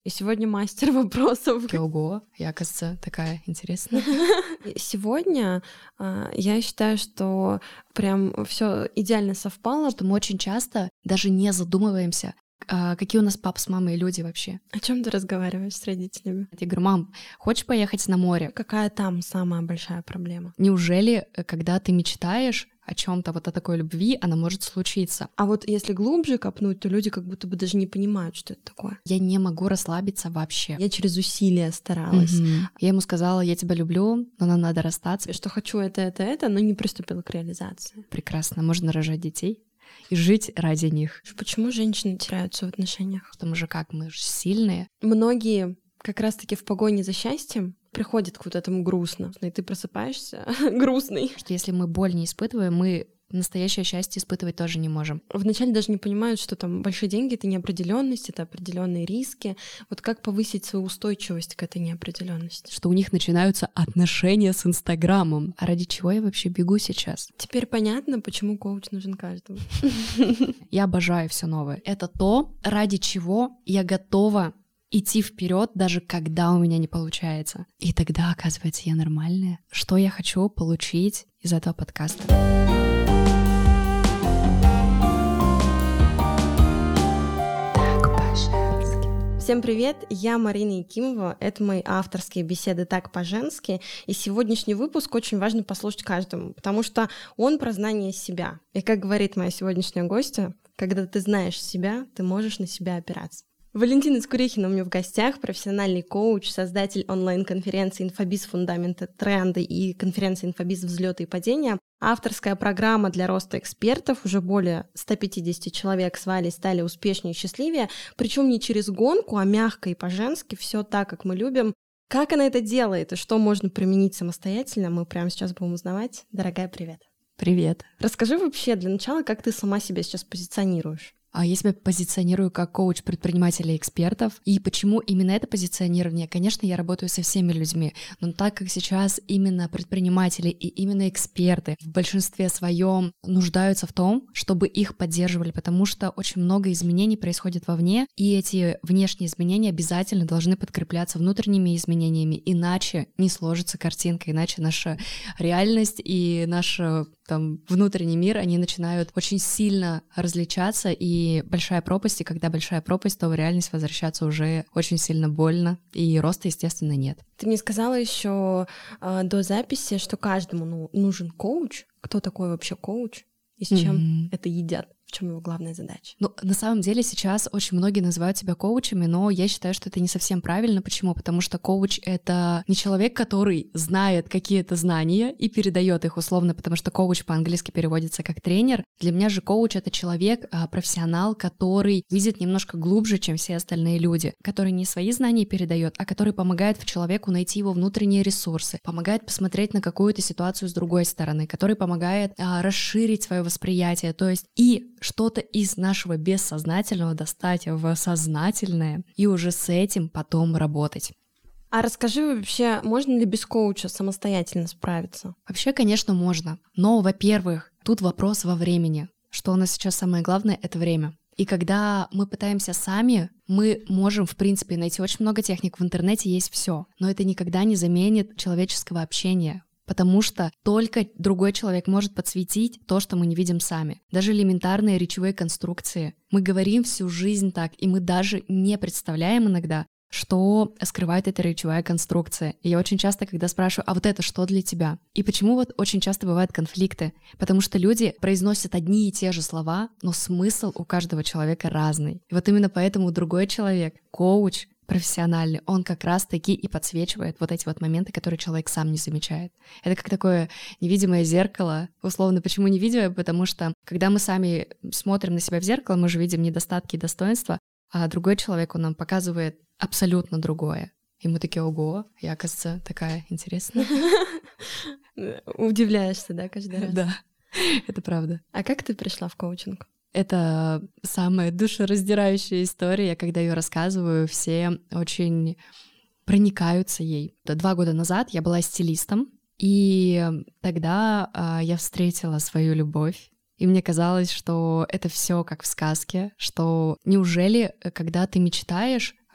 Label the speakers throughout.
Speaker 1: И сегодня мастер вопросов.
Speaker 2: Ого, я, кажется, такая интересная.
Speaker 1: Сегодня я считаю, что прям все идеально совпало.
Speaker 2: Что мы очень часто даже не задумываемся, какие у нас папа с мамой люди вообще.
Speaker 1: О чем ты разговариваешь с родителями?
Speaker 2: Я говорю: мам, хочешь поехать на море?
Speaker 1: Какая там самая большая проблема?
Speaker 2: Неужели, когда ты мечтаешь о чем-то, вот о такой любви, она может случиться?
Speaker 1: А вот если глубже копнуть, то люди как будто бы даже не понимают, что это такое.
Speaker 2: Я не могу расслабиться вообще.
Speaker 1: Я через усилия старалась.
Speaker 2: Я ему сказала: я тебя люблю, но нам надо расстаться.
Speaker 1: Что хочу это, но не приступила к реализации.
Speaker 2: Прекрасно, можно рожать детей и жить ради них.
Speaker 1: Почему женщины теряются в отношениях?
Speaker 2: Что мы же сильные.
Speaker 1: Многие как раз-таки в погоне за счастьем приходят к вот этому грустно, и ты просыпаешься грустный.
Speaker 2: Что если мы боль не испытываем, мы настоящее счастье испытывать тоже не можем.
Speaker 1: Вначале даже не понимают, что там большие деньги — это неопределенность, это определенные риски. Вот как повысить свою устойчивость к этой неопределенности?
Speaker 2: Что у них начинаются отношения с Инстаграмом. А ради чего я вообще бегу сейчас?
Speaker 1: Теперь понятно, почему коуч нужен каждому.
Speaker 2: Я обожаю все новое. Это то, ради чего я готова идти вперед, даже когда у меня не получается. И тогда, оказывается, я нормальная. Что я хочу получить из этого подкаста?
Speaker 1: Всем привет, я Марина Якимова, это мои авторские беседы «Так по-женски», и сегодняшний выпуск очень важно послушать каждому, потому что он про знание себя. И как говорит моя сегодняшняя гостья, когда ты знаешь себя, ты можешь на себя опираться. Валентина Скурихина у меня в гостях, профессиональный коуч, создатель онлайн-конференции «Инфобиз. Фундаменты. Тренды» и конференции «Инфобиз. Взлеты и падения». Авторская программа для роста экспертов. Уже более 150 человек с Валей стали успешнее и счастливее. Причем не через гонку, а мягко и по-женски. Все так, как мы любим. Как она это делает и что можно применить самостоятельно, мы прямо сейчас будем узнавать. Дорогая, привет.
Speaker 2: Привет.
Speaker 1: Расскажи вообще для начала, как ты сама себя сейчас позиционируешь.
Speaker 2: Я себя позиционирую как коуч предпринимателей и экспертов. И почему именно это позиционирование? Конечно, я работаю со всеми людьми, но так как сейчас именно предприниматели и именно эксперты в большинстве своем нуждаются в том, чтобы их поддерживали, потому что очень много изменений происходит вовне, и эти внешние изменения обязательно должны подкрепляться внутренними изменениями, иначе не сложится картинка, иначе наша реальность и наш внутренний мир, они начинают очень сильно различаться, и большая пропасть, и когда большая пропасть, то в реальность возвращаться уже очень сильно больно, и роста, естественно, нет.
Speaker 1: Ты мне сказала еще до записи, что каждому нужен коуч. Кто такой вообще коуч? И с чем это едят? В чем его главная задача?
Speaker 2: На самом деле сейчас очень многие называют себя коучами, но я считаю, что это не совсем правильно. Почему? Потому что коуч — это не человек, который знает какие-то знания и передает их условно, потому что коуч по-английски переводится как тренер. Для меня же коуч — это человек, профессионал, который видит немножко глубже, чем все остальные люди, который не свои знания передает, а который помогает человеку найти его внутренние ресурсы, помогает посмотреть на какую-то ситуацию с другой стороны, который помогает расширить свое восприятие, то есть и что-то из нашего бессознательного достать в сознательное и уже с этим потом работать.
Speaker 1: А расскажи вообще, можно ли без коуча самостоятельно справиться?
Speaker 2: Вообще, конечно, можно. Но, во-первых, тут вопрос во времени. Что у нас сейчас самое главное — это время. И когда мы пытаемся сами, мы можем, в принципе, найти очень много техник в интернете, есть все. Но это никогда не заменит человеческого общения. Потому что только другой человек может подсветить то, что мы не видим сами. Даже элементарные речевые конструкции. Мы говорим всю жизнь так, и мы даже не представляем иногда, что скрывает эта речевая конструкция. И я очень часто, когда спрашиваю: а вот это что для тебя? И почему очень часто бывают конфликты? Потому что люди произносят одни и те же слова, но смысл у каждого человека разный. И вот именно поэтому другой человек, коуч, профессиональный, он как раз-таки и подсвечивает вот эти моменты, которые человек сам не замечает. Это как такое невидимое зеркало. Условно, почему невидимое? Потому что, когда мы сами смотрим на себя в зеркало, мы же видим недостатки и достоинства, а другой человек, он нам показывает абсолютно другое. И мы такие: ого, я, оказывается, такая интересная.
Speaker 1: Удивляешься, да, каждый раз?
Speaker 2: Да, это правда.
Speaker 1: А как ты пришла в коучинг?
Speaker 2: Это самая душераздирающая история. Когда ее рассказываю, все очень проникаются ей. 2 года назад я была стилистом, и тогда я встретила свою любовь. И мне казалось, что это все как в сказке, что неужели, когда ты мечтаешь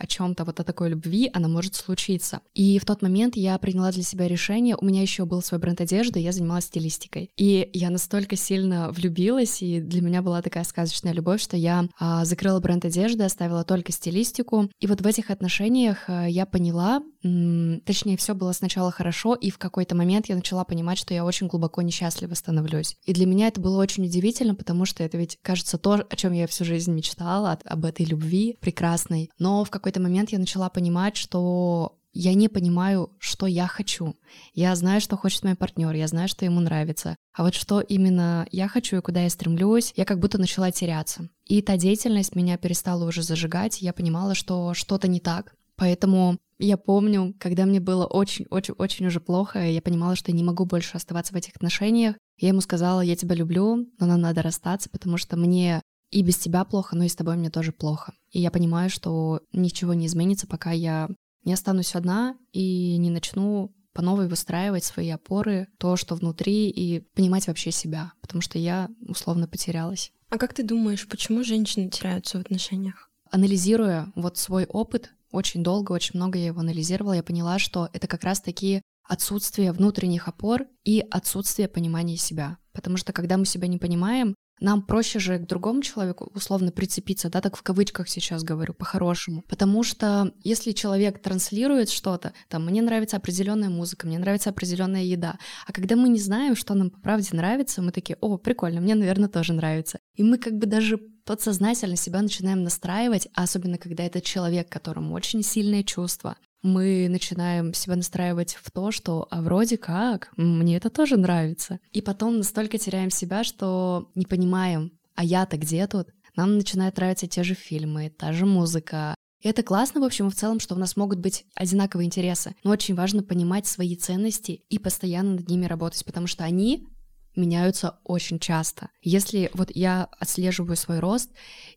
Speaker 2: о чем-то, вот о такой любви, она может случиться. И в тот момент я приняла для себя решение, у меня еще был свой бренд одежды, я занималась стилистикой. И я настолько сильно влюбилась, и для меня была такая сказочная любовь, что я закрыла бренд одежды, оставила только стилистику. И вот в этих отношениях я поняла, точнее, все было сначала хорошо, и в какой-то момент я начала понимать, что я очень глубоко несчастлива становлюсь. И для меня это было очень удивительно, потому что это ведь, кажется, то, о чем я всю жизнь мечтала, об этой любви прекрасной. Но в какой-то момент я начала понимать, что я не понимаю, что я хочу. Я знаю, что хочет мой партнер, я знаю, что ему нравится. А вот что именно я хочу и куда я стремлюсь, я как будто начала теряться. И та деятельность меня перестала уже зажигать, я понимала, что что-то не так. Поэтому я помню, когда мне было очень-очень-очень уже плохо, я понимала, что я не могу больше оставаться в этих отношениях. Я ему сказала: я тебя люблю, но нам надо расстаться, потому что мне и без тебя плохо, но и с тобой мне тоже плохо. И я понимаю, что ничего не изменится, пока я не останусь одна и не начну по новой выстраивать свои опоры, то, что внутри, и понимать вообще себя, потому что я условно потерялась.
Speaker 1: А как ты думаешь, почему женщины теряются в отношениях?
Speaker 2: Анализируя вот свой опыт, очень долго, очень много я его анализировала, я поняла, что это как раз-таки отсутствие внутренних опор и отсутствие понимания себя. Потому что когда мы себя не понимаем, нам проще же к другому человеку условно прицепиться, да, так в кавычках сейчас говорю, по-хорошему. Потому что если человек транслирует что-то, там, мне нравится определенная музыка, мне нравится определенная еда, а когда мы не знаем, что нам по правде нравится, мы такие: о, прикольно, мне, наверное, тоже нравится. И мы как бы даже подсознательно себя начинаем настраивать, а особенно когда это человек, которому очень сильные чувства, мы начинаем себя настраивать в то, что вроде как, мне это тоже нравится. И потом настолько теряем себя, что не понимаем, а я-то где тут? Нам начинают нравиться те же фильмы, та же музыка. И это классно, в общем, и в целом, что у нас могут быть одинаковые интересы. Но очень важно понимать свои ценности и постоянно над ними работать, потому что они меняются очень часто. Если вот я отслеживаю свой рост,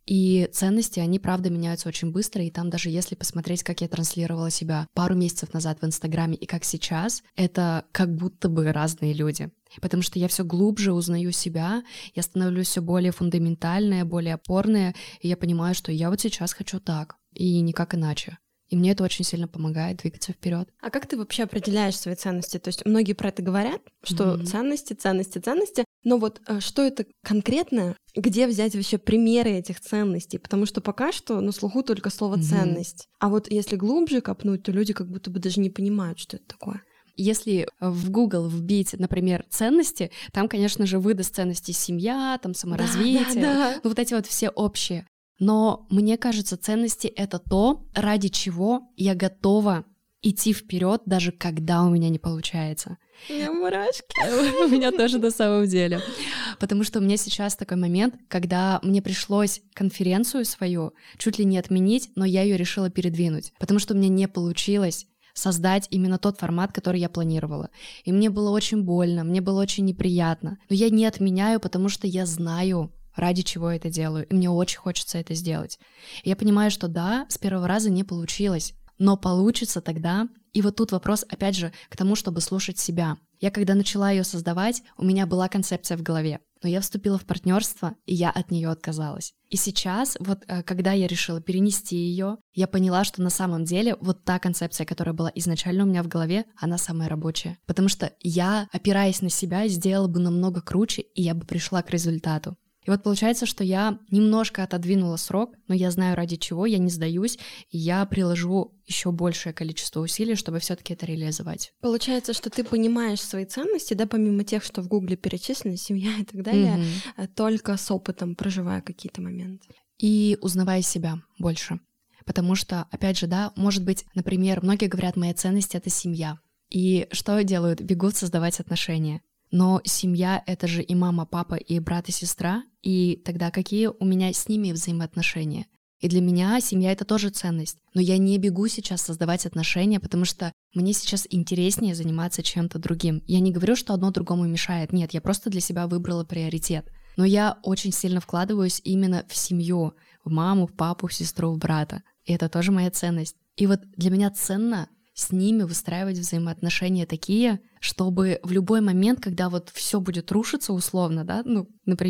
Speaker 2: и ценности, они, правда, меняются очень быстро, и там даже если посмотреть, как я транслировала себя пару месяцев назад в Инстаграме и как сейчас, это как будто бы разные люди. Потому что я все глубже узнаю себя, я становлюсь все более фундаментальная, более опорная, и я понимаю, что я вот сейчас хочу так, и никак иначе. И мне это очень сильно помогает двигаться вперед.
Speaker 1: А как ты вообще определяешь свои ценности? То есть многие про это говорят, что ценности, но вот что это конкретно? Где взять вообще примеры этих ценностей? Потому что пока что на слуху только слово «ценность». А вот если глубже копнуть, то люди как будто бы даже не понимают, что это такое.
Speaker 2: Если в Google вбить, например, ценности, там, конечно же, выдаст ценности семья, там саморазвитие,
Speaker 1: Да.
Speaker 2: ну вот эти вот все общие. Но мне кажется, ценности — это то, ради чего я готова идти вперед, даже когда у меня не получается.
Speaker 1: У меня мурашки.
Speaker 2: У меня тоже на самом деле. Потому что у меня сейчас такой момент, когда мне пришлось конференцию свою чуть ли не отменить, но я ее решила передвинуть, потому что у меня не получилось создать именно тот формат, который я планировала. И мне было очень больно, мне было очень неприятно. Но я не отменяю, потому что я знаю, ради чего я это делаю, и мне очень хочется это сделать. И я понимаю, что да, с первого раза не получилось, но получится тогда. И вот тут вопрос, опять же, к тому, чтобы слушать себя. Я когда начала ее создавать, у меня была концепция в голове, но я вступила в партнерство, и я от нее отказалась. И сейчас, вот когда я решила перенести ее, я поняла, что на самом деле вот та концепция, которая была изначально у меня в голове, она самая рабочая. Потому что я, опираясь на себя, сделала бы намного круче, и я бы пришла к результату. И вот получается, что я немножко отодвинула срок, но я знаю, ради чего, я не сдаюсь, и я приложу еще большее количество усилий, чтобы все-таки это реализовать.
Speaker 1: Получается, что ты понимаешь свои ценности, да, помимо тех, что в Гугле перечислены, семья и так далее, только с опытом, проживая какие-то моменты.
Speaker 2: И узнавая себя больше. Потому что, опять же, да, может быть, например, многие говорят, моя ценность — это семья. И что делают? Бегут создавать отношения. Но семья — это же и мама, папа, и брат, и сестра, и тогда какие у меня с ними взаимоотношения? И для меня семья — это тоже ценность. Но я не бегу сейчас создавать отношения, потому что мне сейчас интереснее заниматься чем-то другим. Я не говорю, что одно другому мешает. Нет, я просто для себя выбрала приоритет. Но я очень сильно вкладываюсь именно в семью, в маму, в папу, в сестру, в брата. И это тоже моя ценность. И вот для меня ценно с ними выстраивать взаимоотношения такие, чтобы в любой момент, когда вот все будет рушиться условно, да, ну, например,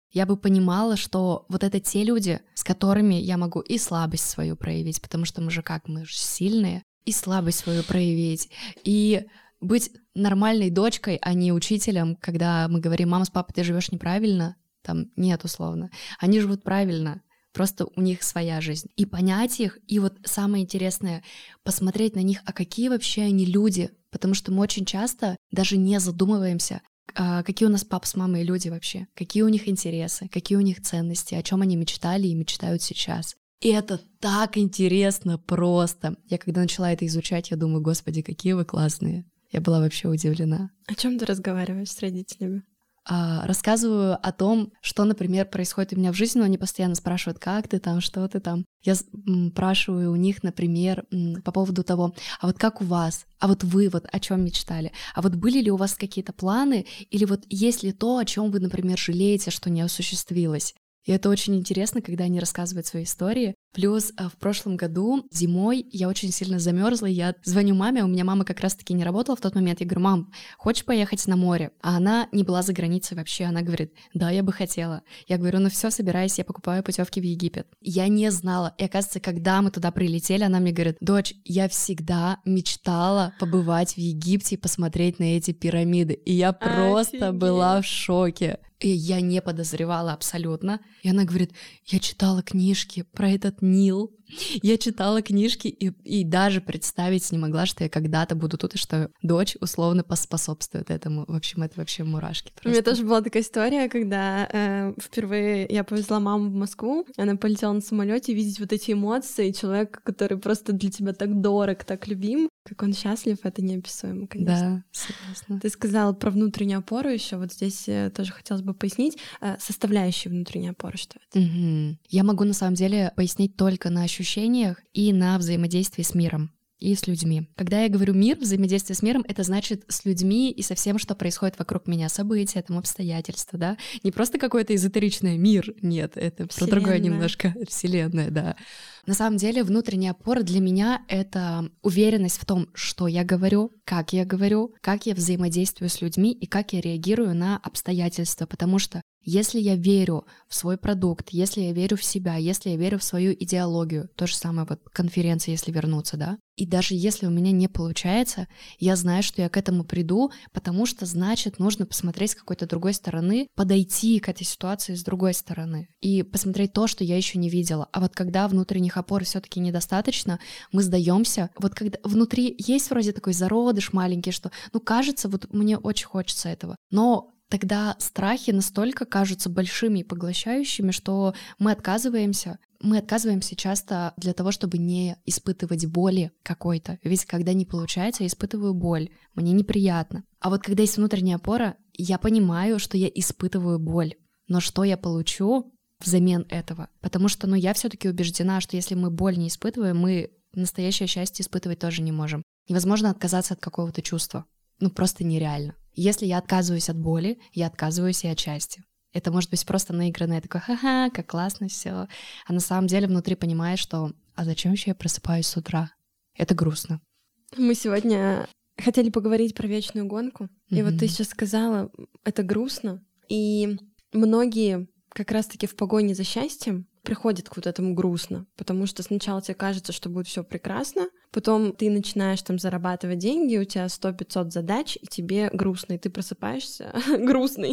Speaker 2: я бы понимала, что вот это те люди, с которыми я могу и слабость свою проявить, потому что мы же сильные, и слабость свою проявить, и быть нормальной дочкой, а не учителем, когда мы говорим: мама с папой, ты живешь неправильно, там нет условно. Они живут правильно, просто у них своя жизнь. И понять их, и вот самое интересное, посмотреть на них, а какие вообще они люди, потому что мы очень часто даже не задумываемся, какие у нас папа с мамой люди вообще, какие у них интересы, какие у них ценности, о чем они мечтали и мечтают сейчас. И это так интересно просто. Я когда начала это изучать, я думаю: господи, какие вы классные. Я была вообще удивлена.
Speaker 1: О чем ты разговариваешь с родителями?
Speaker 2: Рассказываю о том, что, например, происходит у меня в жизни, но они постоянно спрашивают: как ты там, что ты там. Я спрашиваю у них, например, по поводу того: а вот как у вас? А вот вы вот о чем мечтали? А вот были ли у вас какие-то планы? Или вот есть ли то, о чем вы, например, жалеете, что не осуществилось? И это очень интересно, когда они рассказывают свои истории. Плюс в прошлом году зимой я очень сильно замерзла, я звоню маме, у меня мама как раз-таки не работала в тот момент. Я говорю: мам, хочешь поехать на море? А она не была за границей вообще. Она говорит: да, я бы хотела. Я говорю: ну все, собирайся, я покупаю путевки в Египет. Я не знала. И оказывается, когда мы туда прилетели, она мне говорит: дочь, я всегда мечтала побывать в Египте и посмотреть на эти пирамиды. И я просто была в шоке. И я не подозревала абсолютно. И она говорит: я читала книжки про этот Нил. Я читала книжки и даже представить не могла, что я когда-то буду тут, и что дочь условно поспособствует этому. В общем, это вообще мурашки просто.
Speaker 1: У меня тоже была такая история, когда впервые я повезла маму в Москву, она полетела на самолете, видеть вот эти эмоции человека, который просто для тебя так дорог, так любим, как он счастлив, это неописуемо, конечно.
Speaker 2: Да, согласна.
Speaker 1: Ты сказала про внутреннюю опору еще, вот здесь тоже хотелось бы пояснить составляющие внутренней опоры, что это.
Speaker 2: Я могу на самом деле пояснить только на ощущениях и на взаимодействии с миром и с людьми. Когда я говорю мир, взаимодействие с миром, это значит с людьми и со всем, что происходит вокруг меня, события, там, обстоятельства, да. Не просто какое-то эзотеричное мир, нет, это про другое немножко, вселенная, да. На самом деле внутренняя опора для меня — это уверенность в том, что я говорю, как я взаимодействую с людьми и как я реагирую на обстоятельства, потому что если я верю в свой продукт, если я верю в себя, если я верю в свою идеологию, то же самое вот конференция, если вернуться, да, и даже если у меня не получается, я знаю, что я к этому приду, потому что, значит, нужно посмотреть с какой-то другой стороны, подойти к этой ситуации с другой стороны и посмотреть то, что я еще не видела. А вот когда внутренних опор все-таки недостаточно, мы сдаемся. Вот когда внутри есть вроде такой зародыш маленький, что, кажется, вот мне очень хочется этого, но тогда страхи настолько кажутся большими и поглощающими, что мы отказываемся. Мы отказываемся часто для того, чтобы не испытывать боли какой-то. Ведь когда не получается, я испытываю боль. Мне неприятно. А вот когда есть внутренняя опора, я понимаю, что я испытываю боль. Но что я получу взамен этого? Потому что, я все-таки убеждена, что если мы боль не испытываем, мы настоящее счастье испытывать тоже не можем. Невозможно отказаться от какого-то чувства. Просто нереально. Если я отказываюсь от боли, я отказываюсь и от счастья. Это может быть просто наигранное такое: ха-ха, как классно все. А на самом деле внутри понимаешь, что а зачем еще я просыпаюсь с утра? Это грустно.
Speaker 1: Мы сегодня хотели поговорить про вечную гонку. И вот ты сейчас сказала, это грустно. И многие как раз-таки в погоне за счастьем приходит к вот этому грустно, потому что сначала тебе кажется, что будет все прекрасно, потом ты начинаешь там зарабатывать деньги, у тебя 100-500 задач, и тебе грустно, и ты просыпаешься грустный.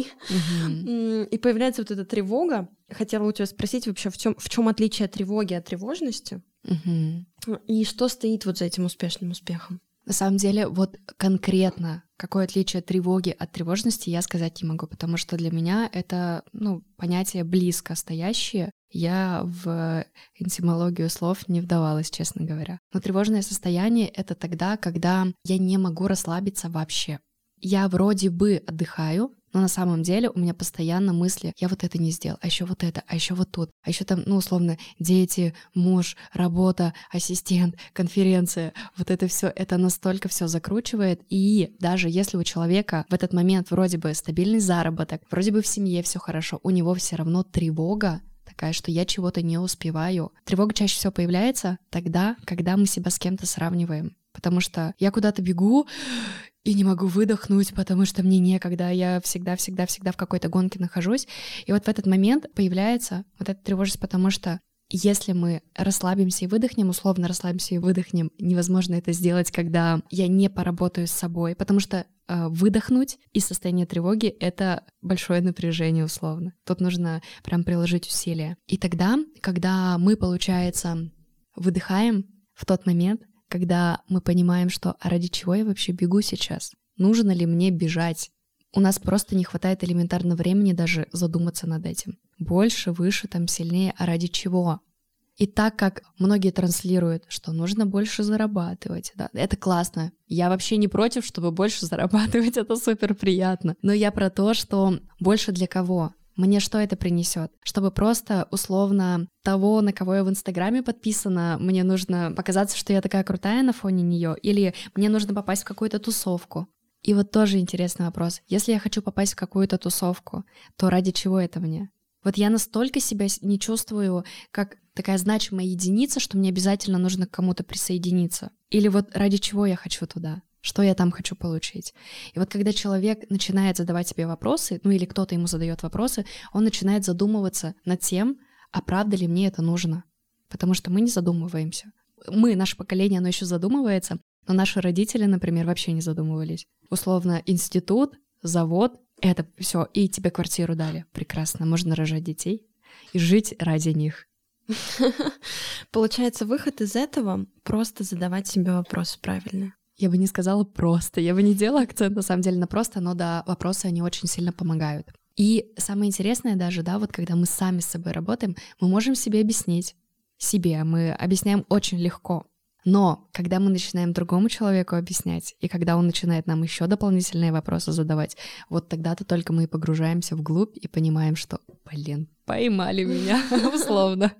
Speaker 1: И появляется вот эта тревога. Хотела у тебя спросить вообще, в чем отличие тревоги от тревожности? И что стоит вот за этим успешным успехом?
Speaker 2: На самом деле, вот конкретно какое отличие тревоги от тревожности, я сказать не могу, потому что для меня это, понятие близко стоящее. Я в этимологию слов не вдавалась, честно говоря. Но тревожное состояние — это тогда, когда я не могу расслабиться вообще. Я вроде бы отдыхаю, но на самом деле у меня постоянно мысли: я вот это не сделал, а еще вот это, а еще вот тут, а еще там, условно, дети, муж, работа, ассистент, конференция, вот это все, это настолько все закручивает. И даже если у человека в этот момент вроде бы стабильный заработок, вроде бы в семье все хорошо, у него все равно тревога такая, что я чего-то не успеваю. Тревога чаще всего появляется тогда, когда мы себя с кем-то сравниваем. потому что я куда-то бегу и не могу выдохнуть, потому что мне некогда, я всегда в какой-то гонке нахожусь. И вот в этот момент появляется вот эта тревожность, потому что если мы расслабимся и выдохнем, условно расслабимся и выдохнем, невозможно это сделать, когда я не поработаю с собой, потому что выдохнуть из состояния тревоги — это большое напряжение условно. Тут нужно прям приложить усилия. И тогда, когда мы, получается, выдыхаем в тот момент, когда мы понимаем, что а ради чего я вообще бегу сейчас? Нужно ли мне бежать? У нас просто не хватает элементарно времени даже задуматься над этим. Больше, выше, там, сильнее, а ради чего? И так как многие транслируют, что нужно больше зарабатывать, да, это классно. Я вообще не против, чтобы больше зарабатывать, это супер приятно. Но я про то, что больше для кого? Мне что это принесет? Чтобы просто условно того, на кого я в Инстаграме подписана, мне нужно показаться, что я такая крутая на фоне нее, или мне нужно попасть в какую-то тусовку. И вот тоже интересный вопрос. Если я хочу попасть в какую-то тусовку, то ради чего это мне? Вот я настолько себя не чувствую как такая значимая единица, что мне обязательно нужно к кому-то присоединиться. Или вот ради чего я хочу туда? Что я там хочу получить? И вот когда человек начинает задавать себе вопросы, ну или кто-то ему задает вопросы, он начинает задумываться над тем, а правда ли мне это нужно? Потому что мы не задумываемся. Наше поколение, оно еще задумывается, но наши родители, например, вообще не задумывались. Условно, институт, завод, это все, и тебе квартиру дали. Прекрасно, можно рожать детей и жить ради них.
Speaker 1: Получается, выход из этого — просто задавать себе вопросы правильные.
Speaker 2: Я бы не сказала просто, я бы не делала акцент на самом деле на просто, но да, вопросы, они очень сильно помогают. И самое интересное даже, да, вот когда мы сами с собой работаем, мы можем себе объяснить. Мы объясняем очень легко. Но когда мы начинаем другому человеку объяснять, и когда он начинает нам еще дополнительные вопросы задавать, вот тогда-то только мы и погружаемся вглубь и понимаем, что, поймали меня, условно.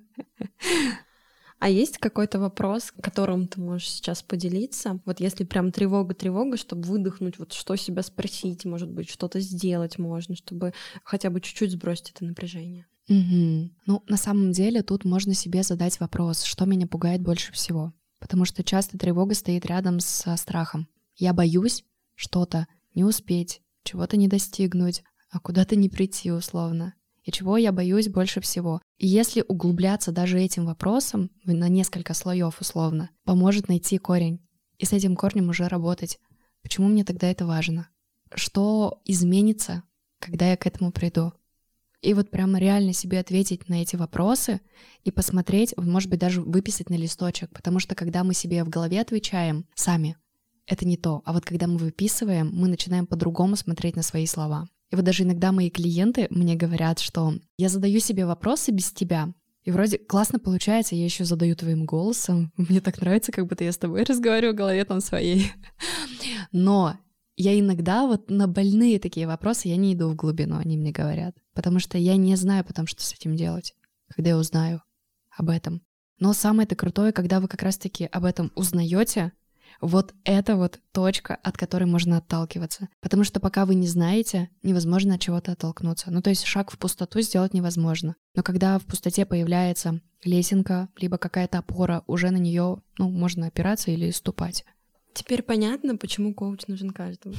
Speaker 1: А есть какой-то вопрос, которым ты можешь сейчас поделиться? Вот если прям тревога, чтобы выдохнуть, вот что себя спросить, может быть, что-то сделать можно, чтобы хотя бы чуть-чуть сбросить это напряжение.
Speaker 2: Угу. Ну, на самом деле тут можно себе задать вопрос, что меня пугает больше всего. Потому что часто тревога стоит рядом со страхом. Я боюсь что-то не успеть, чего-то не достигнуть, а куда-то не прийти условно. И чего я боюсь больше всего. И если углубляться даже этим вопросом на несколько слоев условно, поможет найти корень. И с этим корнем уже работать. Почему мне тогда это важно? Что изменится, когда я к этому приду? И вот прямо реально себе ответить на эти вопросы и посмотреть, может быть, даже выписать на листочек, потому что когда мы себе в голове отвечаем сами, это не то. А вот когда мы выписываем, мы начинаем по-другому смотреть на свои слова. И вот даже иногда мои клиенты мне говорят, что я задаю себе вопросы без тебя, и вроде классно получается, я еще задаю твоим голосом, мне так нравится, как будто я с тобой разговариваю в голове там своей. Но я иногда вот на больные такие вопросы я не иду в глубину, они мне говорят, потому что я не знаю потом, что с этим делать, когда я узнаю об этом. Но самое-то крутое, когда вы как раз-таки об этом узнаете, вот это вот точка, от которой можно отталкиваться. Потому что пока вы не знаете, невозможно от чего-то оттолкнуться. Ну, то есть шаг в пустоту сделать невозможно. Но когда в пустоте появляется лесенка, либо какая-то опора, уже на нее, можно опираться или ступать.
Speaker 1: Теперь понятно, почему коуч нужен каждому.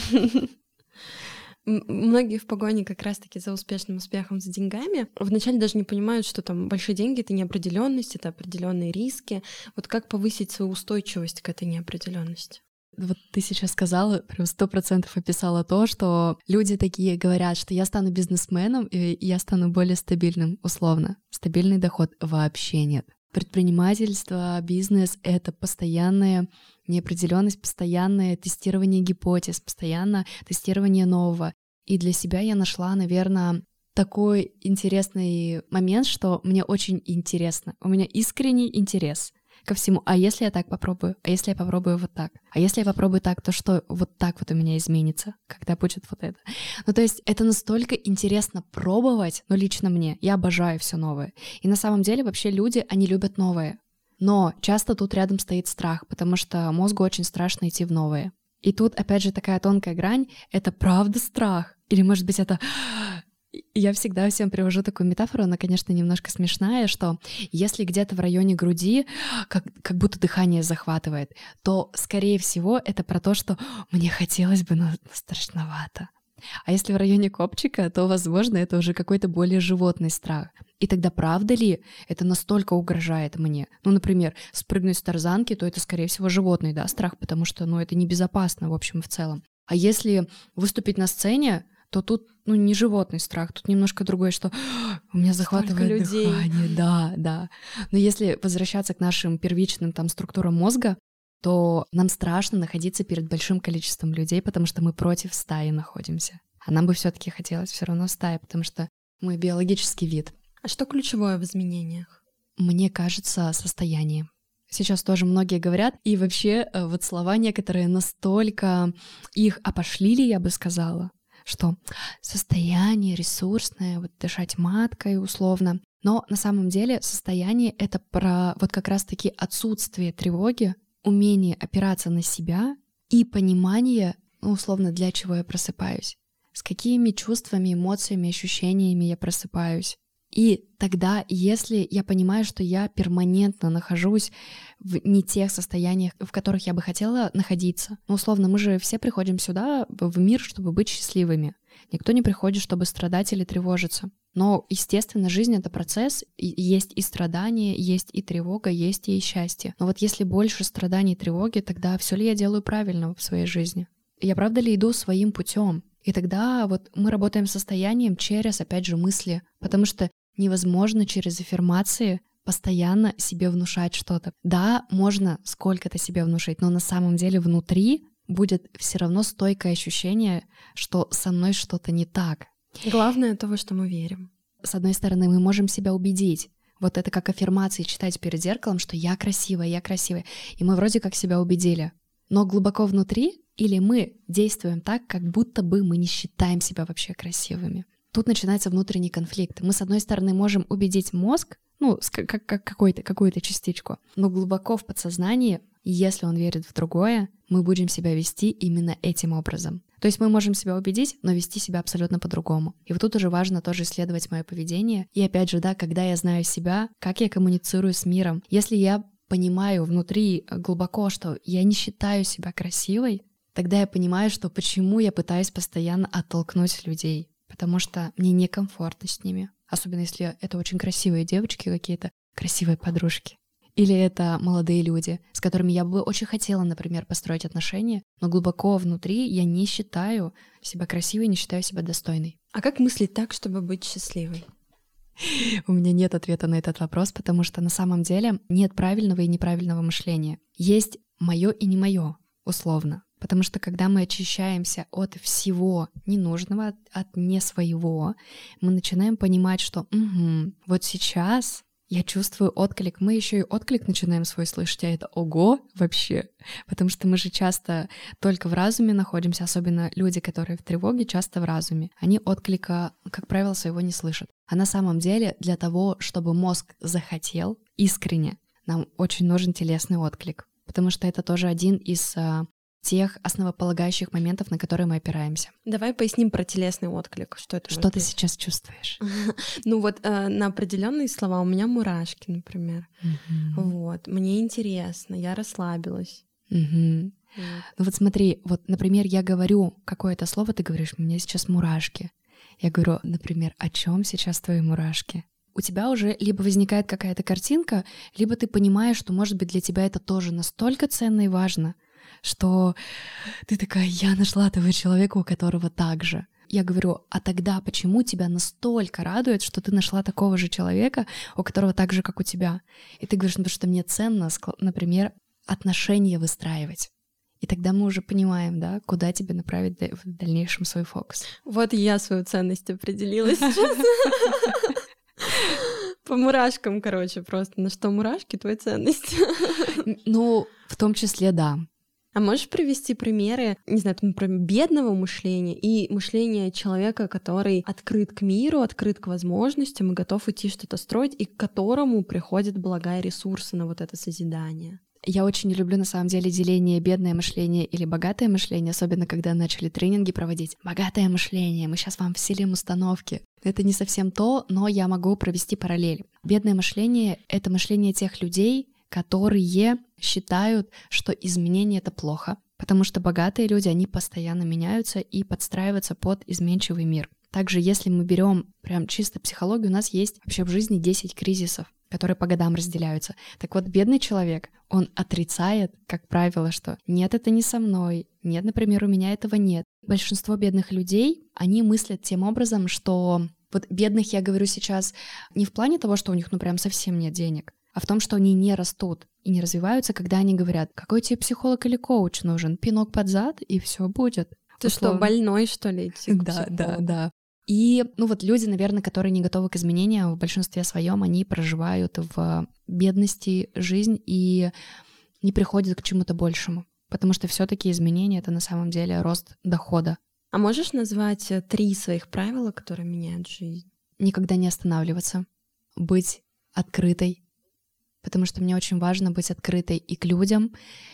Speaker 1: Многие в погоне как раз-таки за успешным успехом, за деньгами, вначале даже не понимают, что там большие деньги — это неопределенность, это определенные риски. Вот как повысить свою устойчивость к этой неопределенности?
Speaker 2: Вот ты сейчас сказала, прям 100% описала то, что люди такие говорят, что я стану бизнесменом, и я стану более стабильным, условно. Стабильный доход вообще нет. Предпринимательство, бизнес — это постоянная неопределенность, постоянное тестирование гипотез, постоянно тестирование нового. И для себя я нашла, наверное, такой интересный момент, что мне очень интересно. У меня искренний интерес ко всему. А если я так попробую? А если я попробую вот так? А если я попробую так, то что вот так вот у меня изменится, когда будет вот это? Ну, то есть это настолько интересно пробовать, лично мне. Я обожаю все новое. И на самом деле вообще люди, они любят новое. Но часто тут рядом стоит страх, потому что мозгу очень страшно идти в новое. И тут, опять же, такая тонкая грань — это правда страх? Или, может быть, это Я всегда всем привожу такую метафору, она, конечно, немножко смешная, что если где-то в районе груди как будто дыхание захватывает, то, скорее всего, это про то, что мне хотелось бы, но страшновато. А если в районе копчика, то, возможно, это уже какой-то более животный страх. И тогда правда ли это настолько угрожает мне? Ну, например, спрыгнуть с тарзанки, то это, скорее всего, животный, да, страх, потому что, это небезопасно, в общем и в целом. А если выступить на сцене, то тут, не животный страх, тут немножко другое, что у меня захватывает дыхание, да. Но если возвращаться к нашим первичным структурам мозга, то нам страшно находиться перед большим количеством людей, потому что мы против стаи находимся. А нам бы все-таки хотелось все равно стаи, потому что мы биологический вид.
Speaker 1: А что ключевое в изменениях?
Speaker 2: Мне кажется, состояние. Сейчас тоже многие говорят, и вообще вот слова некоторые настолько их опошлили, я бы сказала, что состояние ресурсное, вот дышать маткой условно. Но на самом деле состояние — это про вот как раз-таки отсутствие тревоги, умение опираться на себя и понимание, условно, для чего я просыпаюсь, с какими чувствами, эмоциями, ощущениями я просыпаюсь. И тогда, если я понимаю, что я перманентно нахожусь в не тех состояниях, в которых я бы хотела находиться, условно, мы же все приходим сюда, в мир, чтобы быть счастливыми. Никто не приходит, чтобы страдать или тревожиться. Но, естественно, жизнь — это процесс, есть и страдания, есть и тревога, есть и счастье. Но вот если больше страданий и тревоги, тогда все ли я делаю правильно в своей жизни? Я правда ли иду своим путем? И тогда вот мы работаем с состоянием через, опять же, мысли, потому что невозможно через аффирмации постоянно себе внушать что-то. Да, можно сколько-то себе внушить, но на самом деле внутри будет все равно стойкое ощущение, что со мной что-то не так.
Speaker 1: Главное то, во что мы верим.
Speaker 2: С одной стороны, мы можем себя убедить. Вот это как аффирмации читать перед зеркалом, что я красивая, и мы вроде как себя убедили. Но глубоко внутри или мы действуем так, как будто бы мы не считаем себя вообще красивыми. Тут начинается внутренний конфликт. Мы, с одной стороны, можем убедить мозг, как какую-то частичку, но глубоко в подсознании, если он верит в другое, мы будем себя вести именно этим образом. То есть мы можем себя убедить, но вести себя абсолютно по-другому. И вот тут уже важно тоже исследовать мое поведение. И опять же, когда я знаю себя, как я коммуницирую с миром. Если я понимаю внутри глубоко, что я не считаю себя красивой, тогда я понимаю, что почему я пытаюсь постоянно оттолкнуть людей. Потому что мне некомфортно с ними. Особенно если это очень красивые девочки какие-то, красивые подружки. Или это молодые люди, с которыми я бы очень хотела, например, построить отношения, но глубоко внутри я не считаю себя красивой, не считаю себя достойной.
Speaker 1: А как мыслить так, чтобы быть счастливой?
Speaker 2: У меня нет ответа на этот вопрос, потому что на самом деле нет правильного и неправильного мышления. Есть моё и не моё, условно. Потому что когда мы очищаемся от всего ненужного, от не своего, мы начинаем понимать, что вот сейчас я чувствую отклик. Мы еще и отклик начинаем свой слышать, а это ого вообще. Потому что мы же часто только в разуме находимся, особенно люди, которые в тревоге, часто в разуме. Они отклика, как правило, своего не слышат. А на самом деле для того, чтобы мозг захотел искренне, нам очень нужен телесный отклик. Потому что это тоже один из тех основополагающих моментов, на которые мы опираемся.
Speaker 1: Давай поясним про телесный отклик. Что это?
Speaker 2: Что ты сейчас чувствуешь?
Speaker 1: На определенные слова у меня мурашки, например. Вот. Мне интересно, я расслабилась.
Speaker 2: Смотри, например, я говорю какое-то слово, ты говоришь, у меня сейчас мурашки. Я говорю, например, о чем сейчас твои мурашки? У тебя уже либо возникает какая-то картинка, либо ты понимаешь, что, может быть, для тебя это тоже настолько ценно и важно, что ты такая, я нашла того человека, у которого так же. Я говорю, а тогда почему тебя настолько радует, что ты нашла такого же человека, у которого так же, как у тебя? И ты говоришь, потому что мне ценно, например, отношения выстраивать. И тогда мы уже понимаем, да, куда тебе направить в дальнейшем свой фокус.
Speaker 1: Вот я свою ценность определила сейчас. По мурашкам, просто. На что мурашки, твоя ценность.
Speaker 2: В том числе, да.
Speaker 1: А можешь привести примеры, не знаю, например, бедного мышления и мышления человека, который открыт к миру, открыт к возможностям и готов идти что-то строить, и к которому приходят блага и ресурсы на вот это созидание?
Speaker 2: Я очень не люблю, на самом деле, деление бедное мышление или богатое мышление, особенно когда начали тренинги проводить. Богатое мышление, мы сейчас вам вселим установки. Это не совсем то, но я могу провести параллель. Бедное мышление — это мышление тех людей, которые считают, что изменение — это плохо, потому что богатые люди, они постоянно меняются и подстраиваются под изменчивый мир. Также, если мы берем прям чисто психологию, у нас есть вообще в жизни 10 кризисов, которые по годам разделяются. Так вот, бедный человек, он отрицает, как правило, что нет, это не со мной, нет, например, у меня этого нет. Большинство бедных людей, они мыслят тем образом, что вот бедных я говорю сейчас не в плане того, что у них, ну, прям совсем нет денег, а в том, что они не растут и не развиваются, когда они говорят, какой тебе психолог или коуч нужен, пинок под зад, и все будет.
Speaker 1: Ты что, больной, что ли, идти к
Speaker 2: Да.
Speaker 1: психологу?
Speaker 2: И, ну вот люди, наверное, которые не готовы к изменениям, в большинстве своем они проживают в бедности жизнь и не приходят к чему-то большему. Потому что все-таки изменения — это на самом деле рост дохода.
Speaker 1: А можешь назвать 3 своих правила, которые меняют жизнь?
Speaker 2: Никогда не останавливаться, быть открытой, потому что мне очень важно быть открытой и к людям,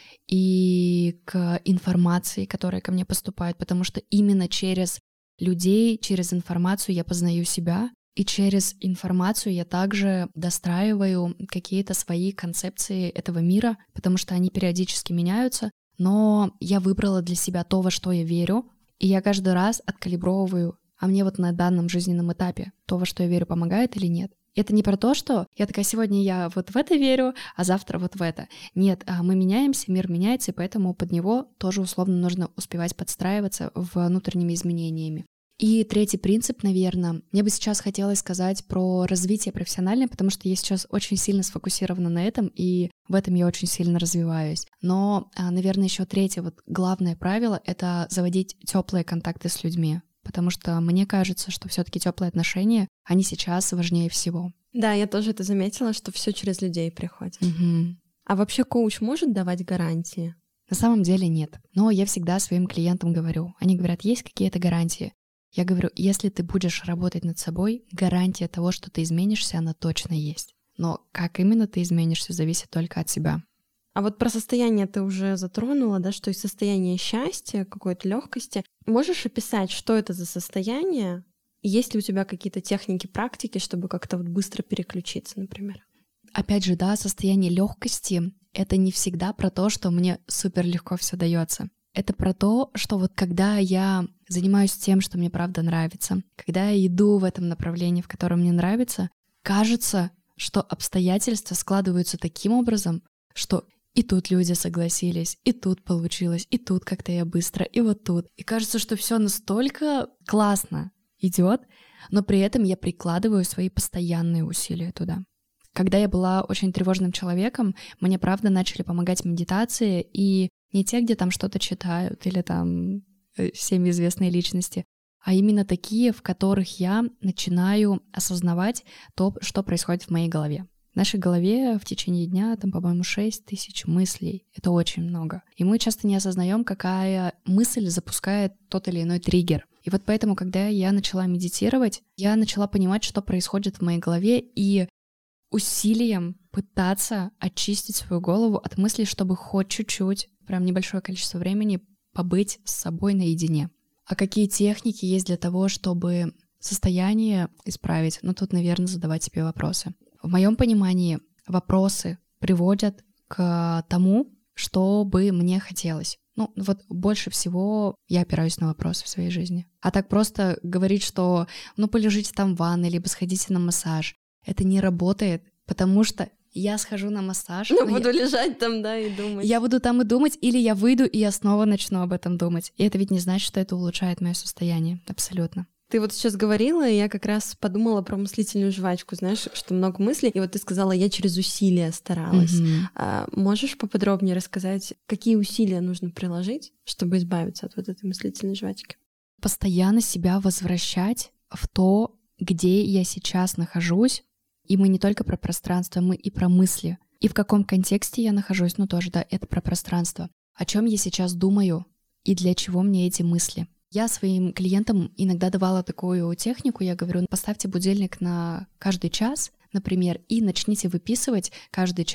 Speaker 2: и к информации, которая ко мне поступает, потому что именно через людей, через информацию я познаю себя, и через информацию я также достраиваю какие-то свои концепции этого мира, потому что они периодически меняются, но я выбрала для себя то, во что я верю, и я каждый раз откалибровываю, а мне вот на данном жизненном этапе то, во что я верю, помогает или нет. И это не про то, что я такая, сегодня я вот в это верю, а завтра вот в это. Нет, мы меняемся, мир меняется, и поэтому под него тоже условно нужно успевать подстраиваться внутренними изменениями. И 3-й принцип, наверное, мне бы сейчас хотелось сказать про развитие профессиональное, потому что я сейчас очень сильно сфокусирована на этом, и в этом я очень сильно развиваюсь. Но, наверное, еще 3-е вот главное правило — это заводить теплые контакты с людьми, потому что мне кажется, что все-таки теплые отношения, они сейчас важнее всего.
Speaker 1: Да, я тоже это заметила, что все через людей приходит.
Speaker 2: Угу.
Speaker 1: А вообще коуч может давать гарантии?
Speaker 2: На самом деле нет. Но я всегда своим клиентам говорю. Они говорят, есть какие-то гарантии. Я говорю, если ты будешь работать над собой, гарантия того, что ты изменишься, она точно есть. Но как именно ты изменишься, зависит только от себя.
Speaker 1: А вот про состояние ты уже затронула, да, что из состояния счастья, какой-то легкости. Можешь описать, что это за состояние? Есть ли у тебя какие-то техники, практики, чтобы как-то вот быстро переключиться, например?
Speaker 2: Опять же, да, состояние легкости — это не всегда про то, что мне супер легко все дается. Это про то, что вот когда я занимаюсь тем, что мне правда нравится, когда я иду в этом направлении, в котором мне нравится, кажется, что обстоятельства складываются таким образом, что и тут люди согласились, и тут получилось, и тут как-то я быстро, и вот тут. И кажется, что все настолько классно идет, но при этом я прикладываю свои постоянные усилия туда. Когда я была очень тревожным человеком, мне правда начали помогать медитации, и не те, где там что-то читают, или там всем известные личности, а именно такие, в которых я начинаю осознавать то, что происходит в моей голове. В нашей голове в течение дня, там, по-моему, 6000 мыслей. Это очень много. И мы часто не осознаем, какая мысль запускает тот или иной триггер. И вот поэтому, когда я начала медитировать, я начала понимать, что происходит в моей голове, и усилием пытаться очистить свою голову от мыслей, чтобы хоть чуть-чуть, прям небольшое количество времени побыть с собой наедине. А какие техники есть для того, чтобы состояние исправить? Ну, тут, наверное, задавать себе вопросы. В моем понимании вопросы приводят к тому, что бы мне хотелось. Ну, вот больше всего я опираюсь на вопросы в своей жизни. А так просто говорить, что ну полежите там в ванной, либо сходите на массаж, это не работает, потому что я схожу на массаж.
Speaker 1: Ну, буду лежать там, да, и думать.
Speaker 2: Я буду там и думать, или я выйду, и я снова начну об этом думать. И это ведь не значит, что это улучшает мое состояние. Абсолютно.
Speaker 1: Ты вот сейчас говорила, и я как раз подумала про мыслительную жвачку, знаешь, что много мыслей. И вот ты сказала, я через усилия старалась. Можешь поподробнее рассказать, какие усилия нужно приложить, чтобы избавиться от вот этой мыслительной жвачки?
Speaker 2: Постоянно себя возвращать в то, где я сейчас нахожусь. И мы не только про пространство, мы и про мысли. И в каком контексте я нахожусь, ну тоже, да, это про пространство. О чем я сейчас думаю и для чего мне эти мысли. Я своим клиентам иногда давала такую технику, я говорю, поставьте будильник на каждый час, например, и начните выписывать каждый час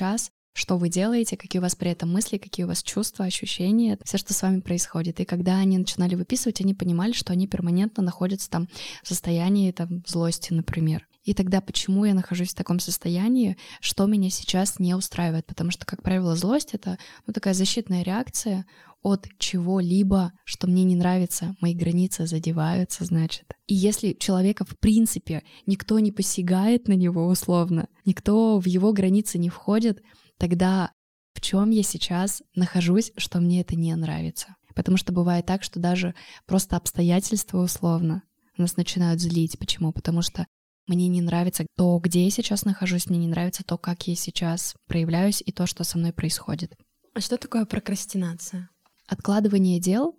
Speaker 2: что вы делаете, какие у вас при этом мысли, какие у вас чувства, ощущения, все, что с вами происходит. И когда они начинали выписывать, они понимали, что они перманентно находятся там в состоянии там, злости, например. И тогда почему я нахожусь в таком состоянии, что меня сейчас не устраивает? Потому что, как правило, злость — это такая защитная реакция от чего-либо, что мне не нравится, мои границы задеваются, значит. И если человека, в принципе, никто не посягает на него условно, никто в его границы не входит, тогда в чем я сейчас нахожусь, что мне это не нравится? Потому что бывает так, что даже просто обстоятельства условно нас начинают злить. Почему? Потому что мне не нравится то, где я сейчас нахожусь, мне не нравится то, как я сейчас проявляюсь и то, что со мной происходит.
Speaker 1: А что такое прокрастинация?
Speaker 2: Откладывание дел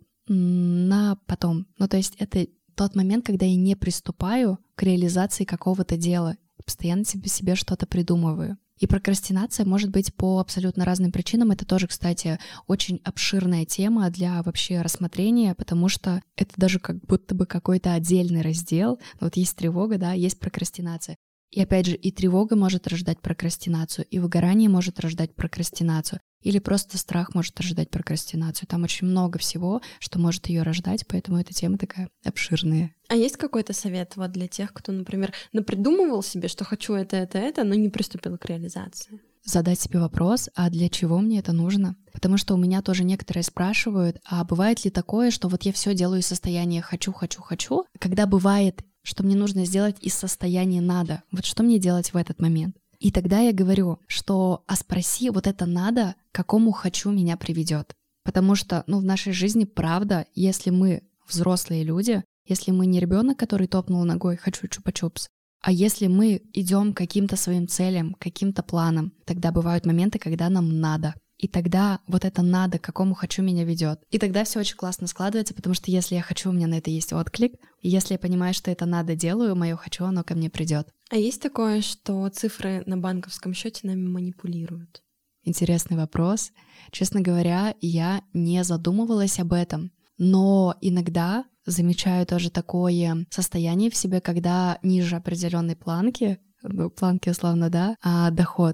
Speaker 2: на потом. То есть это тот момент, когда я не приступаю к реализации какого-то дела, постоянно себе что-то придумываю. И прокрастинация может быть по абсолютно разным причинам. Это тоже, кстати, очень обширная тема для вообще рассмотрения, потому что это даже как будто бы какой-то отдельный раздел. Вот есть тревога, да, есть прокрастинация. И опять же, и тревога может рождать прокрастинацию, и выгорание может рождать прокрастинацию, или просто страх может рождать прокрастинацию. Там очень много всего, что может ее рождать, поэтому эта тема такая обширная.
Speaker 1: А есть какой-то совет вот для тех, кто, например, напридумывал себе, что хочу это, но не приступил к реализации?
Speaker 2: Задать себе вопрос, а для чего мне это нужно? Потому что у меня тоже некоторые спрашивают, а бывает ли такое, что вот я все делаю из состояния хочу, когда бывает, что мне нужно сделать из состояния надо. Вот что мне делать в этот момент? И тогда я говорю, что спроси, вот это надо, к какому хочу меня приведет. Потому что, в нашей жизни правда, если мы взрослые люди, если мы не ребенок, который топнул ногой «хочу чупа-чупс», а если мы идем к каким-то своим целям, к каким-то планам, тогда бывают моменты, когда нам надо. И тогда вот это надо, к какому хочу меня ведет. И тогда все очень классно складывается, потому что если я хочу, у меня на это есть отклик. И если я понимаю, что это надо делаю, мое хочу, оно ко мне придет.
Speaker 1: А есть такое, что цифры на банковском счете нами манипулируют?
Speaker 2: Интересный вопрос. Честно говоря, я не задумывалась об этом. Но иногда замечаю тоже такое состояние в себе, когда ниже определенной планки условно, да, доход.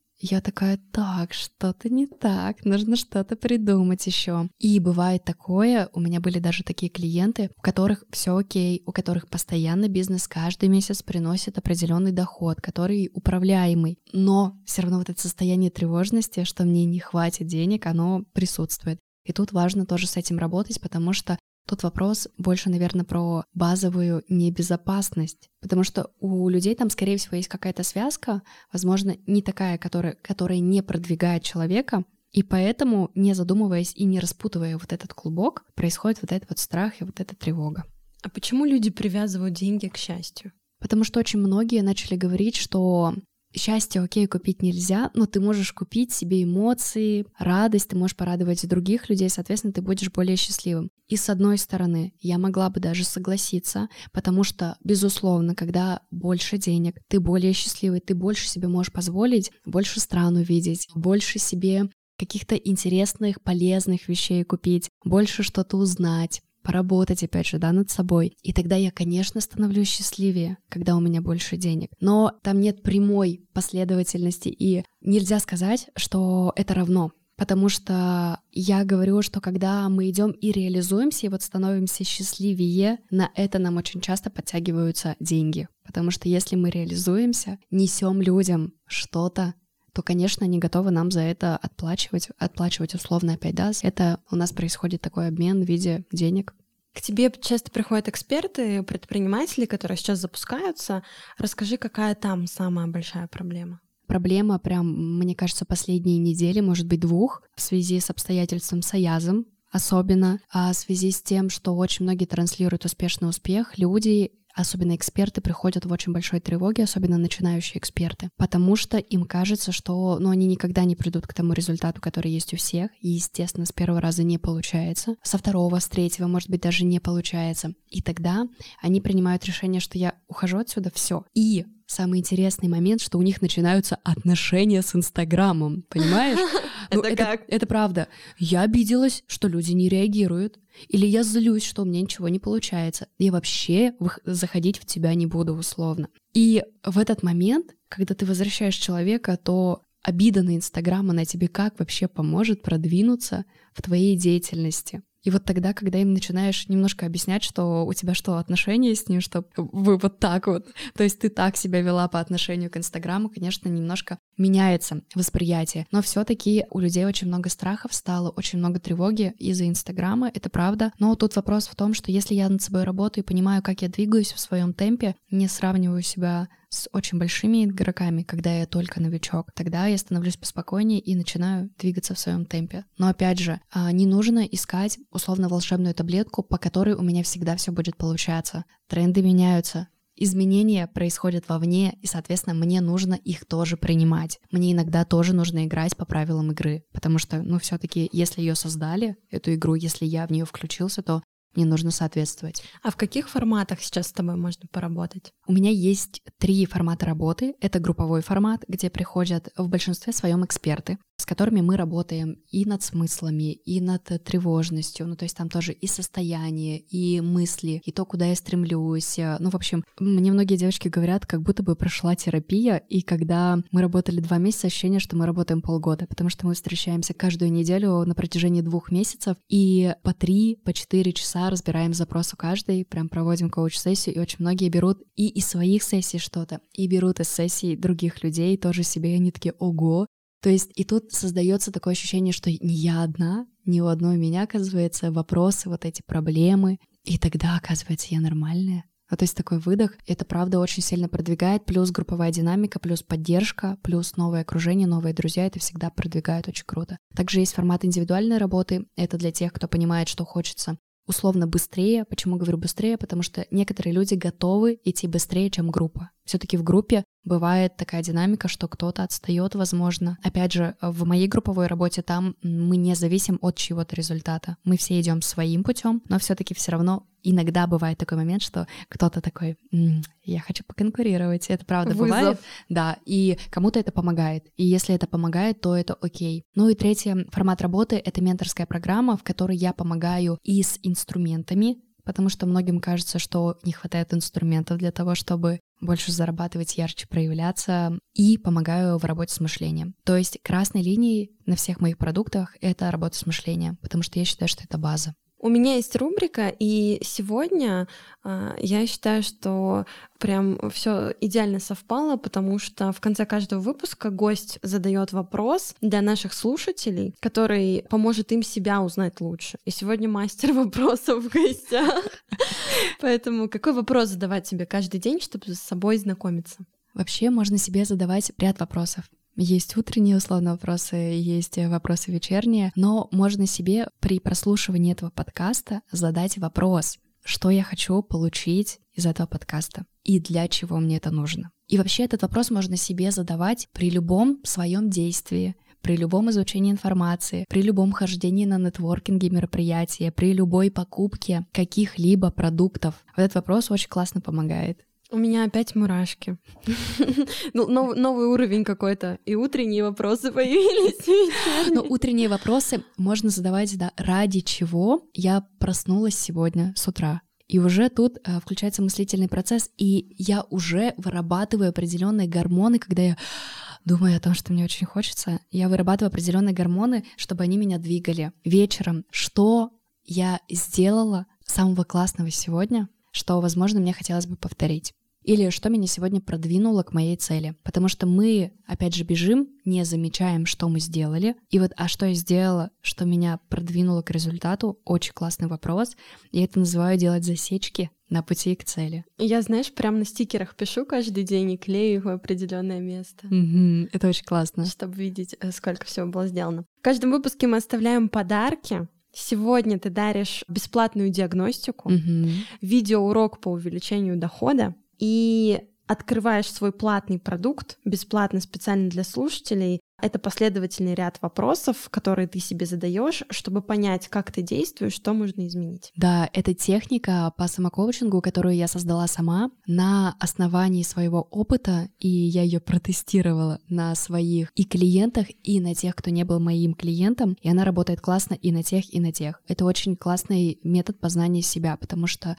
Speaker 2: Я такая, так, что-то не так, нужно что-то придумать еще. И бывает такое, у меня были даже такие клиенты, у которых все окей, у которых постоянно бизнес каждый месяц приносит определенный доход, который управляемый. Но все равно вот это состояние тревожности, что мне не хватит денег, оно присутствует. И тут важно тоже с этим работать, потому что тут вопрос больше, наверное, про базовую небезопасность, потому что у людей там, скорее всего, есть какая-то связка, возможно, не такая, которая не продвигает человека, и поэтому, не задумываясь и не распутывая вот этот клубок, происходит вот этот вот страх и вот эта тревога.
Speaker 1: А почему люди привязывают деньги к счастью?
Speaker 2: Потому что очень многие начали говорить, что счастье, окей, купить нельзя, но ты можешь купить себе эмоции, радость, ты можешь порадовать других людей, соответственно, ты будешь более счастливым. И с одной стороны, я могла бы даже согласиться, потому что, безусловно, когда больше денег, ты более счастливый, ты больше себе можешь позволить, больше стран увидеть, больше себе каких-то интересных, полезных вещей купить, больше что-то узнать, поработать, опять же, да, над собой. И тогда я, конечно, становлюсь счастливее, когда у меня больше денег. Но там нет прямой последовательности, и нельзя сказать, что это равно. Потому что я говорю, что когда мы идем и реализуемся, и вот становимся счастливее, на это нам очень часто подтягиваются деньги. Потому что если мы реализуемся, несем людям что-то, то, конечно, они готовы нам за это отплачивать условно опять, да. Это у нас происходит такой обмен в виде денег.
Speaker 1: К тебе часто приходят эксперты, предприниматели, которые сейчас запускаются. Расскажи, какая там самая большая проблема?
Speaker 2: Проблема прям, мне кажется, последние недели, может быть, 2, в связи с обстоятельством с Аязом, особенно, в связи с тем, что очень многие транслируют успешный успех, люди, особенно эксперты, приходят в очень большой тревоге, особенно начинающие эксперты, потому что им кажется, что они никогда не придут к тому результату, который есть у всех, и, естественно, с первого раза не получается, со второго, с третьего, может быть, даже не получается. И тогда они принимают решение, что я ухожу отсюда, все. И самый интересный момент, что у них начинаются отношения с Инстаграмом, понимаешь?
Speaker 1: Это как?
Speaker 2: Это правда. Я обиделась, что люди не реагируют. Или я злюсь, что у меня ничего не получается. Я вообще заходить в тебя не буду, условно. И в этот момент, когда ты возвращаешь человека, то обида на Инстаграм, она тебе как вообще поможет продвинуться в твоей деятельности? И вот тогда, когда им начинаешь немножко объяснять, что у тебя что, отношения с ним, что вы вот так вот, то есть ты так себя вела по отношению к Инстаграму, конечно, немножко меняется восприятие. Но все-таки у людей очень много страхов стало, очень много тревоги из-за Инстаграма, это правда. Но тут вопрос в том, что если я над собой работаю и понимаю, как я двигаюсь в своем темпе, не сравниваю себя с очень большими игроками, когда я только новичок, тогда я становлюсь поспокойнее и начинаю двигаться в своем темпе. Но опять же, не нужно искать условно волшебную таблетку, по которой у меня всегда все будет получаться. Тренды меняются, изменения происходят вовне, и, соответственно, мне нужно их тоже принимать. Мне иногда тоже нужно играть по правилам игры, потому что, все-таки, если ее создали, эту игру, если я в нее включился, то мне нужно соответствовать.
Speaker 1: А в каких форматах сейчас с тобой можно поработать?
Speaker 2: У меня есть 3 формата работы. Это групповой формат, где приходят в большинстве своем эксперты, с которыми мы работаем и над смыслами, и над тревожностью. То есть там тоже и состояние, и мысли, и то, куда я стремлюсь. В общем, мне многие девочки говорят, как будто бы прошла терапия, и когда мы работали 2 месяца, ощущение, что мы работаем полгода, потому что мы встречаемся каждую неделю на протяжении 2 месяцев, и по 3-4 часа разбираем запрос у каждой, прям проводим коуч-сессию, и очень многие берут и из своих сессий что-то, и берут из сессий других людей тоже себе, и они такие: ого. То есть и тут создается такое ощущение, что не я одна, не у одной меня, оказывается, вопросы, вот эти проблемы, и тогда, оказывается, я нормальная. То есть такой выдох, это правда очень сильно продвигает, плюс групповая динамика, плюс поддержка, плюс новое окружение, новые друзья, это всегда продвигает очень круто. Также есть формат индивидуальной работы, это для тех, кто понимает, что хочется условно быстрее. Почему говорю быстрее? Потому что некоторые люди готовы идти быстрее, чем группа. Все-таки в группе бывает такая динамика, что кто-то отстает, возможно. Опять же, в моей групповой работе там мы не зависим от чьего-то результата. Мы все идем своим путем, но все-таки все равно иногда бывает такой момент, что кто-то такой: я хочу поконкурировать. Это правда
Speaker 1: вызов.
Speaker 2: Бывает. Да, и кому-то это помогает. И если это помогает, то это окей. И третий формат работы — это менторская программа, в которой я помогаю и с инструментами, потому что многим кажется, что не хватает инструментов для того, чтобы больше зарабатывать, ярче проявляться, и помогаю в работе с мышлением. То есть красной линией на всех моих продуктах — это работа с мышлением, потому что я считаю, что это база.
Speaker 1: У меня есть рубрика, и сегодня я считаю, что прям все идеально совпало, потому что в конце каждого выпуска гость задает вопрос для наших слушателей, который поможет им себя узнать лучше. И сегодня мастер вопросов в гостях. Поэтому какой вопрос задавать себе каждый день, чтобы с собой знакомиться?
Speaker 2: Вообще можно себе задавать ряд вопросов. Есть утренние, условно, вопросы, есть вопросы вечерние, но можно себе при прослушивании этого подкаста задать вопрос: что я хочу получить из этого подкаста и для чего мне это нужно. И вообще этот вопрос можно себе задавать при любом своем действии, при любом изучении информации, при любом хождении на нетворкинге, мероприятия, при любой покупке каких-либо продуктов. Вот этот вопрос очень классно помогает.
Speaker 1: У меня опять мурашки. Новый уровень какой-то. И утренние вопросы появились.
Speaker 2: Но утренние вопросы можно задавать, ради чего я проснулась сегодня с утра. И уже тут включается мыслительный процесс, и я уже вырабатываю определенные гормоны, когда я думаю о том, что мне очень хочется. Я вырабатываю определенные гормоны, чтобы они меня двигали. Вечером, что я сделала самого классного сегодня, что, возможно, мне хотелось бы повторить. Или что меня сегодня продвинуло к моей цели. Потому что мы, опять же, бежим, не замечаем, что мы сделали. И что я сделала, что меня продвинуло к результату? Очень классный вопрос. Я это называю делать засечки на пути к цели.
Speaker 1: Я, знаешь, прям на стикерах пишу каждый день и клею их в определенное место.
Speaker 2: Это очень классно.
Speaker 1: Чтобы видеть, сколько всего было сделано. В каждом выпуске мы оставляем подарки. Сегодня ты даришь бесплатную диагностику, видеоурок по увеличению дохода и открываешь свой платный продукт, бесплатно, специально для слушателей. Это последовательный ряд вопросов, которые ты себе задаешь, чтобы понять, как ты действуешь, что можно изменить.
Speaker 2: Да, это техника по самокоучингу, которую я создала сама на основании своего опыта, и я ее протестировала на своих и клиентах, и на тех, кто не был моим клиентом, и она работает классно и на тех, и на тех. Это очень классный метод познания себя, потому что там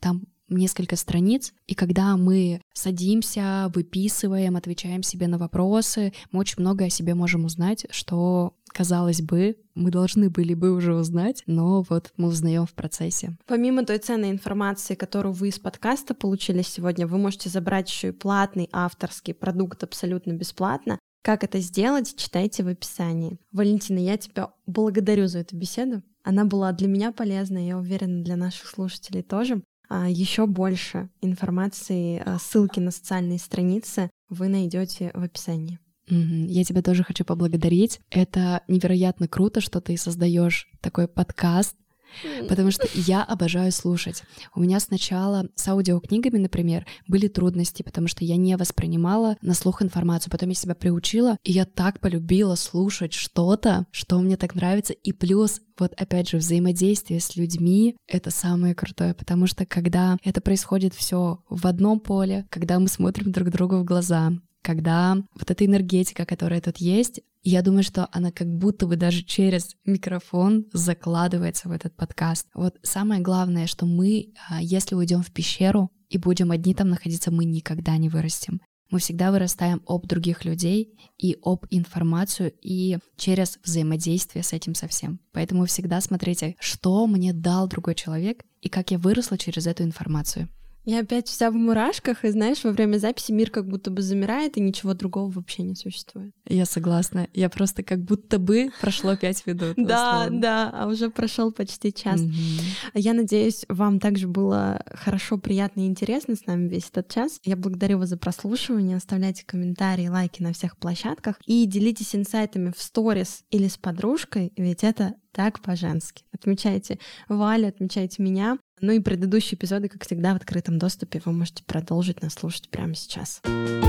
Speaker 2: несколько страниц, и когда мы садимся, выписываем, отвечаем себе на вопросы, мы очень много о себе можем узнать, что, казалось бы, мы должны были бы уже узнать, но вот мы узнаем в процессе.
Speaker 1: Помимо той ценной информации, которую вы из подкаста получили сегодня, вы можете забрать еще и платный авторский продукт абсолютно бесплатно. Как это сделать, читайте в описании. Валентина, я тебя благодарю за эту беседу. Она была для меня полезна, я уверена, для наших слушателей тоже. Еще больше информации, ссылки на социальные страницы вы найдете в описании.
Speaker 2: Я тебя тоже хочу поблагодарить. Это невероятно круто, что ты создаешь такой подкаст, потому что я обожаю слушать. У меня сначала с аудиокнигами, например, были трудности, потому что я не воспринимала на слух информацию. Потом я себя приучила, и я так полюбила слушать что-то, что мне так нравится. И плюс, вот опять же, взаимодействие с людьми — это самое крутое, потому что когда это происходит все в одном поле, когда мы смотрим друг другу в глаза, когда вот эта энергетика, которая тут есть, я думаю, что она как будто бы даже через микрофон закладывается в этот подкаст. Вот самое главное, что мы, если уйдем в пещеру и будем одни там находиться, мы никогда не вырастем. Мы всегда вырастаем об других людей и об информацию, и через взаимодействие с этим совсем. Поэтому всегда смотрите, что мне дал другой человек и как я выросла через эту информацию.
Speaker 1: Я опять вся в мурашках, и знаешь, во время записи мир как будто бы замирает, и ничего другого вообще не существует.
Speaker 2: Я согласна. Я просто как будто бы прошло 5 минут.
Speaker 1: Да, а уже прошел почти час. Я надеюсь, вам также было хорошо, приятно и интересно с нами весь этот час. Я благодарю вас за прослушивание. Оставляйте комментарии, лайки на всех площадках и делитесь инсайтами в сторис или с подружкой, ведь это так по-женски. Отмечайте Валю, отмечайте меня. Ну и предыдущие эпизоды, как всегда, в открытом доступе. Вы можете продолжить нас слушать прямо сейчас.